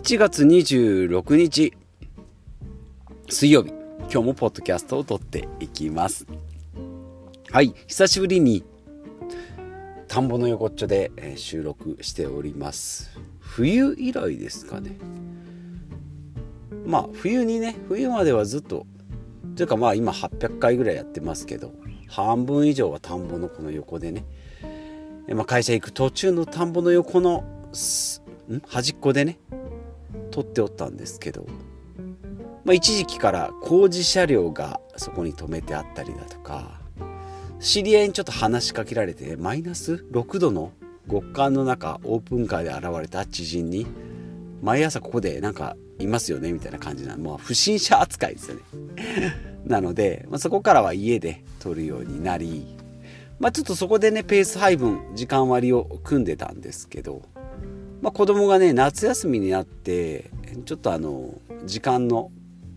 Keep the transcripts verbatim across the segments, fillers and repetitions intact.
ちがつにじゅうろくにち水曜日、今日もポッドキャストを撮っていきます。はい、久しぶりに田んぼの横っちょで収録しております。冬以来ですかね。まあ冬にね、冬まではずっとというかまあ今はっぴゃっかいぐらいやってますけど、半分以上は田んぼのこの横でね、まあ、会社行く途中の田んぼの横のん端っこでね撮っておったんですけど、まあ、一時期から工事車両がそこに止めてあったりだとか、知り合いにちょっと話しかけられて、マイナスろくどの極寒の中オープンカーで現れた知人に、毎朝ここでなんかいますよねみたいな感じな、まあ、不審者扱いですよねなので、まあ、そこからは家で撮るようになり、まあ、ちょっとそこでねペース配分時間割を組んでたんですけど、まあ、子供がね夏休みになってちょっとあの時間の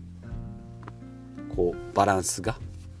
こうバランスが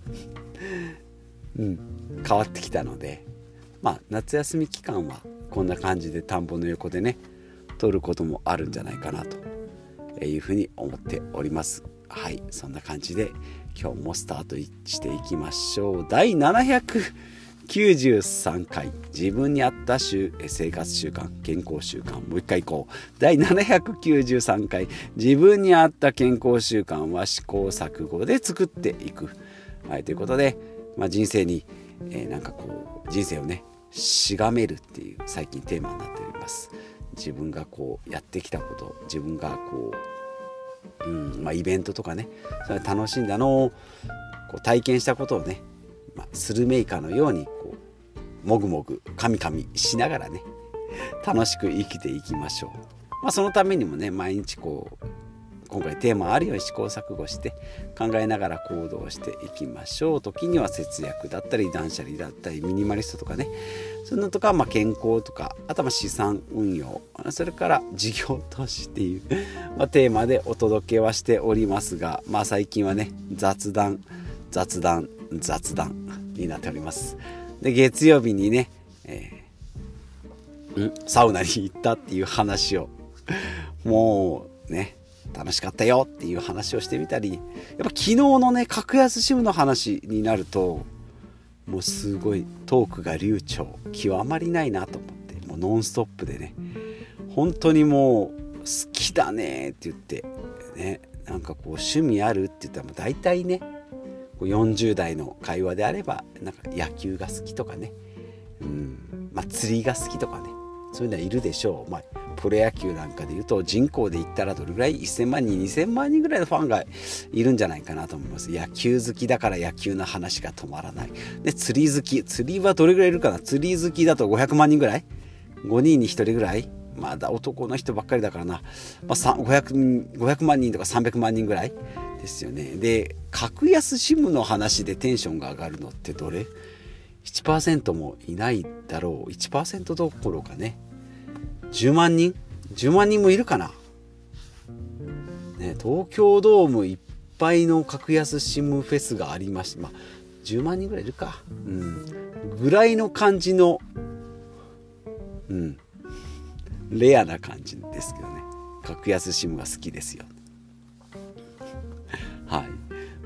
うん、変わってきたので、まあ夏休み期間はこんな感じで田んぼの横でね撮ることもあるんじゃないかなというふうに思っております。はい、そんな感じで今日もスタートしていきましょう。第ななひゃくきゅうじゅうさんかい、自分に合った生活習慣健康習慣、もう一回いこう。第ななひゃくきゅうじゅうさんかい、自分に合った健康習慣は試行錯誤で作っていく。はい、ということで、まあ、人生に、えー、なんかこう人生をねしがめるっていう最近テーマになっております。自分がこうやってきたこと、自分がこう、うんまあ、イベントとかね、それ楽しんだのをこう体験したことをね、まあ、スルメイカのようにこうもぐもぐかみかみしながらね楽しく生きていきましょう。まあ、そのためにもね毎日こう今回テーマあるように試行錯誤して考えながら行動していきましょう。時には節約だったり断捨離だったりミニマリストとかね、そういうのとか、まあ、健康とか、あとは資産運用、それから事業投資っていう、まあ、テーマでお届けはしておりますが、まあ、最近はね雑談雑談雑談になっております。で月曜日にね、えー、んサウナに行ったっていう話をもうね楽しかったよっていう話をしてみたり、やっぱ昨日のね格安シムの話になるともうすごいトークが流暢極まりないなと思って、もうノンストップでね本当にもう好きだねって言ってね、なんかこう趣味あるって言ったらもう大体ねよんじゅう代の会話であればなんか野球が好きとかね、うんまあ、釣りが好きとかね、そういうのはいるでしょう。まあプロ野球なんかでいうと人口で言ったらどれぐらいせんまんにんにせんまんにんぐらいのファンがいるんじゃないかなと思います。野球好きだから野球の話が止まらない。で釣り好き、釣りはどれぐらいいるかな。釣り好きだとごひゃくまんにんぐらい、ごにんにひとりぐらい、まだ男の人ばっかりだからな、まあ、ごひゃく, ごひゃくまんにんとかさんびゃくまんにんぐらいですよね。で格安シムの話でテンションが上がるのってどれ いちパーセント もいないだろう。 いちパーセント どころかねじゅうまんにんじゅうまんにんもいるかな、ね、東京ドームいっぱいの格安シムフェスがありまして、まあ、じゅうまんにんぐらいいるか、うん、ぐらいの感じの、うん、レアな感じですけどね、格安シムが好きですよ。はい、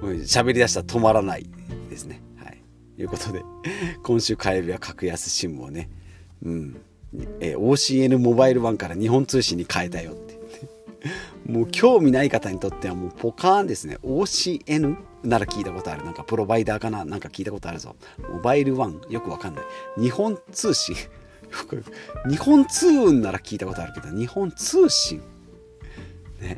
喋り出したら止まらないですね。はい、ということで今週火曜日は格安シムをね、うんえー、オーシーエヌ モバイルワンから日本通信に変えたよってもう興味ない方にとってはもうポカーンですね。 オーシーエヌ なら聞いたことある、なんかプロバイダーかな、なんか聞いたことあるぞ。モバイルワンよくわかんない。日本通信日本通運なら聞いたことあるけど日本通信ね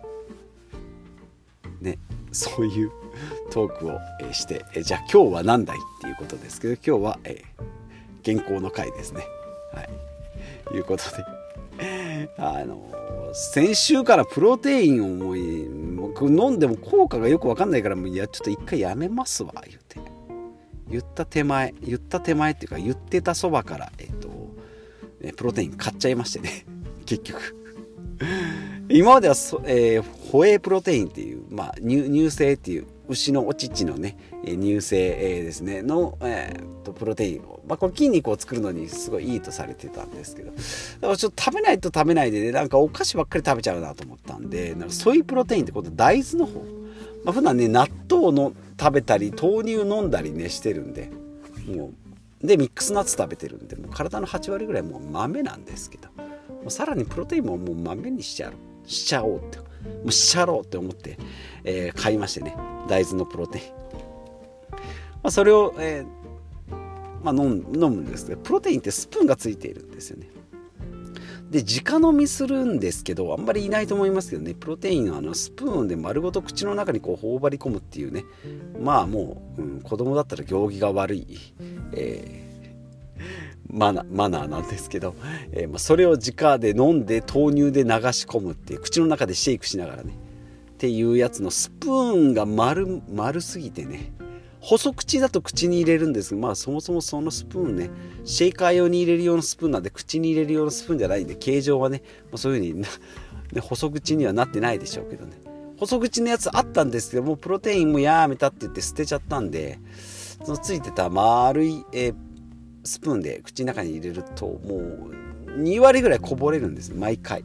ねそういうトークをして、えじゃあ今日は何だいっていうことですけど、今日は、えー、健康の回ですね。はい、ということであの先週からプロテインをもう飲んでも効果がよく分かんないから、もういやちょっと一回やめますわ言って言った手前言った手前っていうか言ってたそばからえっとプロテイン買っちゃいましてね結局今までは、えー、ホエイプロテインっていう、まあ、乳, 乳製っていう牛のお乳のね乳製、えー、ですねの、えー、とプロテインをまあ、これ筋肉を作るのにすごいいいとされてたんですけど、だからちょっと食べないと食べないでね、なんかお菓子ばっかり食べちゃうなと思ったんで、なんかソイプロテインってこと大豆の方、まあ、普段ね納豆の食べたり豆乳飲んだりねしてるんで、もうでミックスナッツ食べてるんで、もう体のはち割ぐらいもう豆なんですけど、もうさらにプロテインももう豆にしちゃうしちゃおうってもうしちゃろうって思って、えー、買いましてね、大豆のプロテイン、まあ、それを、えーまあ、飲む、飲むんですけど、プロテインってスプーンがついているんですよね。で直飲みするんですけど、あんまりいないと思いますけどね、プロテインはあのスプーンで丸ごと口の中にこう頬張り込むっていうね、まあもう、うん、子供だったら行儀が悪い、えー、マナ、マナーなんですけど、えーまあ、それを直で飲んで豆乳で流し込むっていう、口の中でシェイクしながらねっていうやつのスプーンが丸丸すぎてね、細口だと口に入れるんですけど、まあそもそもそのスプーンね、シェイカー用に入れるようなスプーンなんで、口に入れるようなスプーンじゃないんで、形状はね、まあ、そういう風に、ね、細口にはなってないでしょうけどね、細口のやつあったんですけども、プロテインもやめたって言って捨てちゃったんで、そのついてた丸い、えー、スプーンで口の中に入れるともうに割ぐらいこぼれるんです毎回、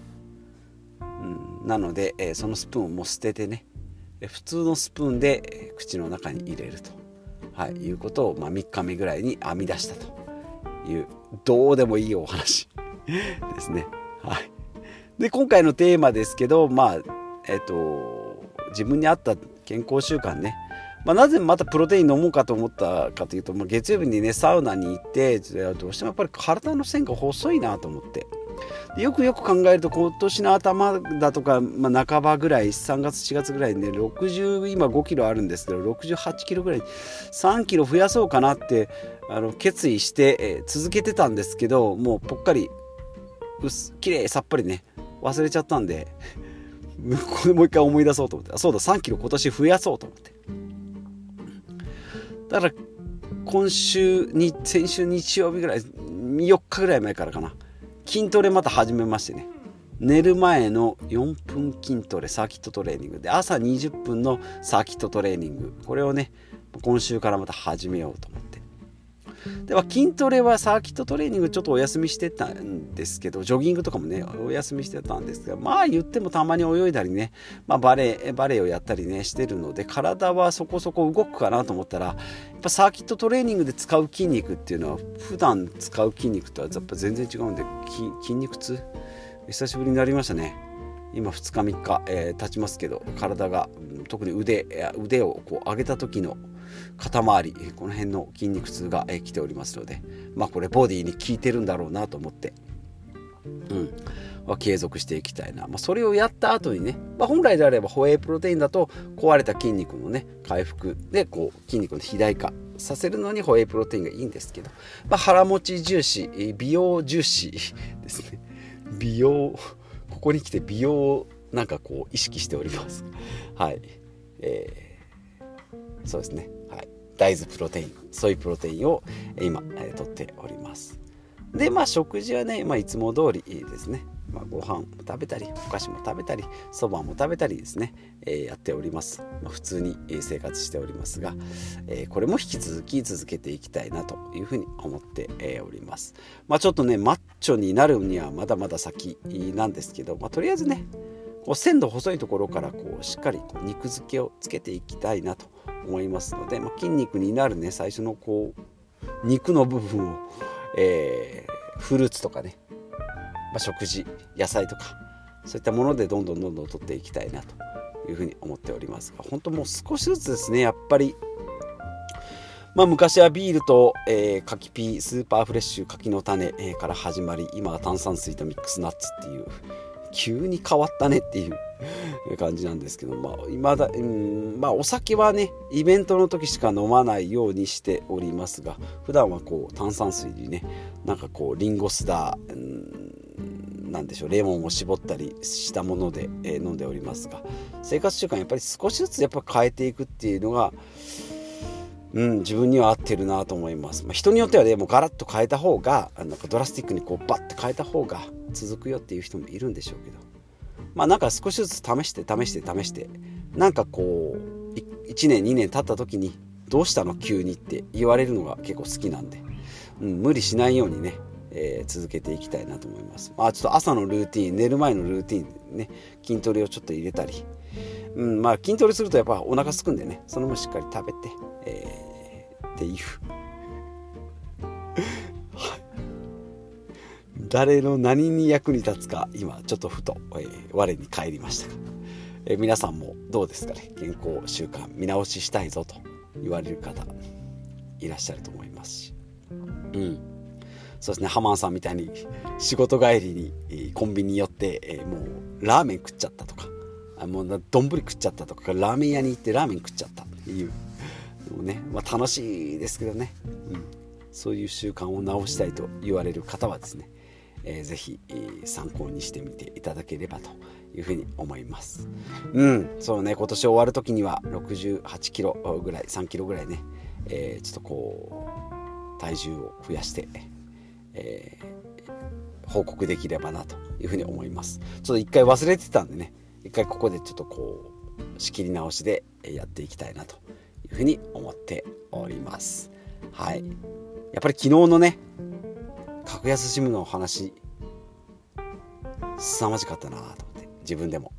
うん、なので、えー、そのスプーンをもう捨ててね、普通のスプーンで口の中に入れると、はい、いうことを、まあ、みっかめぐらいに編み出したというどうでもいいお話ですね。はい、で今回のテーマですけど、まあえっと自分に合った健康習慣ね、まあ、なぜまたプロテイン飲もうかと思ったかというと、まあ、月曜日にねサウナに行って、どうしてもやっぱり体の線が細いなと思って、よくよく考えると今年の頭だとか、まあ、半ばぐらいさんがつしがつぐらいにねろくじゅう今ごキロあるんですけどろくじゅうはちキロぐらいさんキロ増やそうかなってあの決意して、えー、続けてたんですけど、もうぽっかり薄きれいさっぱりね忘れちゃったんでこれもう一回思い出そうと思って、あそうださんキロ今年増やそうと思って、だから今週に先週日曜日ぐらいよっかぐらい前からかな、筋トレまた始めましてね、寝る前のよんぷん筋トレサーキットトレーニングで、朝にじゅっぷんのサーキットトレーニング、これをね今週からまた始めようと思って、では筋トレはサーキットトレーニングちょっとお休みしてたんですけど、ジョギングとかもねお休みしてたんですが、まあ言ってもたまに泳いだりね、まあ、バレエバレエをやったりねしてるので、体はそこそこ動くかなと思ったら、やっぱサーキットトレーニングで使う筋肉っていうのは普段使う筋肉とはやっぱ全然違うんで、筋肉痛久しぶりになりましたね。今ふつかみっか、えー、経ちますけど、体が特に腕腕をこう上げた時の肩周り、この辺の筋肉痛が来ておりますので、まあこれボディに効いてるんだろうなと思って、うんまあ、継続していきたいな、まあ、それをやった後にね、まあ、本来であればホエイプロテインだと壊れた筋肉のね回復でこう筋肉の肥大化させるのにホエイプロテインがいいんですけど、まあ、腹持ち重視美容重視ですね。美容ここに来て美容をなんかこう意識しております。はい、えー、そうですね。はい、大豆プロテイン、ソイプロテインを今、えー、取っております。でまあ食事はね、まあ、いつも通りですね。まあ、ご飯も食べたりお菓子も食べたりそばも食べたりですね、えー、やっております。まあ、普通に生活しておりますが、えー、これも引き続き続けていきたいなというふうに思って、えー、おります。まあ、ちょっとねマッチョになるにはまだまだ先なんですけど、まあ、とりあえずねこう線の細いところからこうしっかりこう肉付けをつけていきたいなと思いますので、まあ、筋肉になるね最初のこう肉の部分を、えー、フルーツとかね、まあ、食事野菜とかそういったものでどんどんどんどん取っていきたいなというふうに思っておりますが、本当もう少しずつですねやっぱり、まあ、昔はビールと、えー、柿ピースーパーフレッシュ柿の種、えー、から始まり、今は炭酸水とミックスナッツっていう急に変わったねっていう感じなんですけど、まあ今だ、うん、まあお酒はねイベントの時しか飲まないようにしておりますが、普段はこう炭酸水にねなんかこうリンゴ酢だ、うん、なんでしょうレモンを絞ったりしたもので、えー、飲んでおりますが、生活習慣やっぱり少しずつやっぱ変えていくっていうのが、うん、自分には合ってるなと思います。まあ、人によってはねもうガラッと変えた方がなんかドラスティックにこうバッと変えた方が続くよっていう人もいるんでしょうけど、まあなんか少しずつ試して試して試してなんかこういちねんにねん経った時にどうしたの急にって言われるのが結構好きなんで、 うん、無理しないようにね、えー、続けていきたいなと思います。まあちょっと朝のルーティン、寝る前のルーティンでね、筋トレをちょっと入れたり、うん、まあ筋トレするとやっぱお腹すくんでね、その分しっかり食べて、えー、っていう誰の何に役に立つか今ちょっとふと、えー、我に返りましたが、えー、皆さんもどうですかね。健康習慣見直ししたいぞと言われる方いらっしゃると思いますし、うん、そうですね。ハマンさんみたいに仕事帰りに、えー、コンビニ寄って、えー、もうラーメン食っちゃったとか、あもう丼食っちゃったとか、ラーメン屋に行ってラーメン食っちゃったっていうのもね、まあ、楽しいですけどね、うん、そういう習慣を直したいと言われる方はですね、えー、ぜひ、えー、参考にしてみていただければというふうに思います。うん、そうね。今年終わる時にはろくじゅうはちキロぐらい、さんキロぐらいね、えー、ちょっとこう体重を増やして、えー、報告できればなというふうに思います。ちょっと一回忘れてたんでね、一回ここでちょっとこう仕切り直しでやっていきたいなというふうに思っております。はい。やっぱり昨日のね、格安シムの話凄まじかったなと思って、自分でも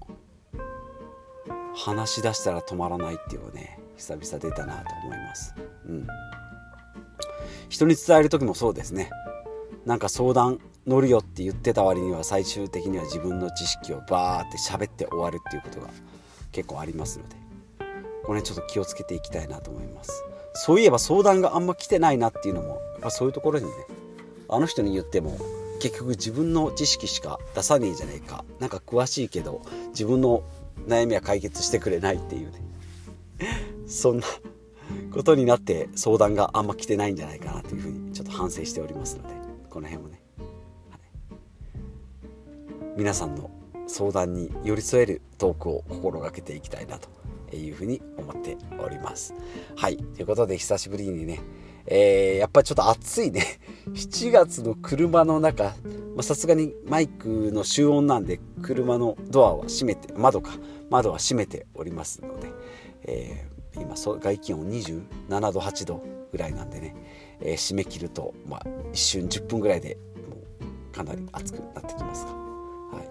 話し出したら止まらないっていうのね、久々出たなと思います。うん。人に伝える時もそうですね。なんか相談乗るよって言ってた割には最終的には自分の知識をバーって喋って終わるっていうことが結構ありますので、これちょっと気をつけていきたいなと思います。そういえば相談があんま来てないなっていうのもやっぱそういうところにね、あの人に言っても結局自分の知識しか出さねえじゃねえか、なんか詳しいけど自分の悩みは解決してくれないっていうねそんなことになって相談があんま来てないんじゃないかなというふうにちょっと反省しておりますので、この辺もね、はい、皆さんの相談に寄り添えるトークを心がけていきたいなというふうに思っております。はい、ということで久しぶりにね、えー、やっぱりちょっと暑いねしちがつの車の中、さすがにマイクの集音なんで車のドアは閉めて、窓か窓は閉めておりますので、えー、今外気温にじゅうななどはちどぐらいなんでね、えー、締め切ると、まあ、一瞬じゅっぷんぐらいでもうかなり暑くなってきますが、はい、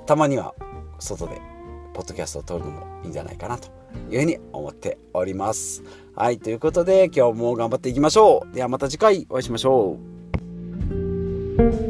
たまには外でポッドキャストを撮るのもいいんじゃないかなというふうに思っております。はい、ということで今日も頑張っていきましょう。ではまた次回お会いしましょう。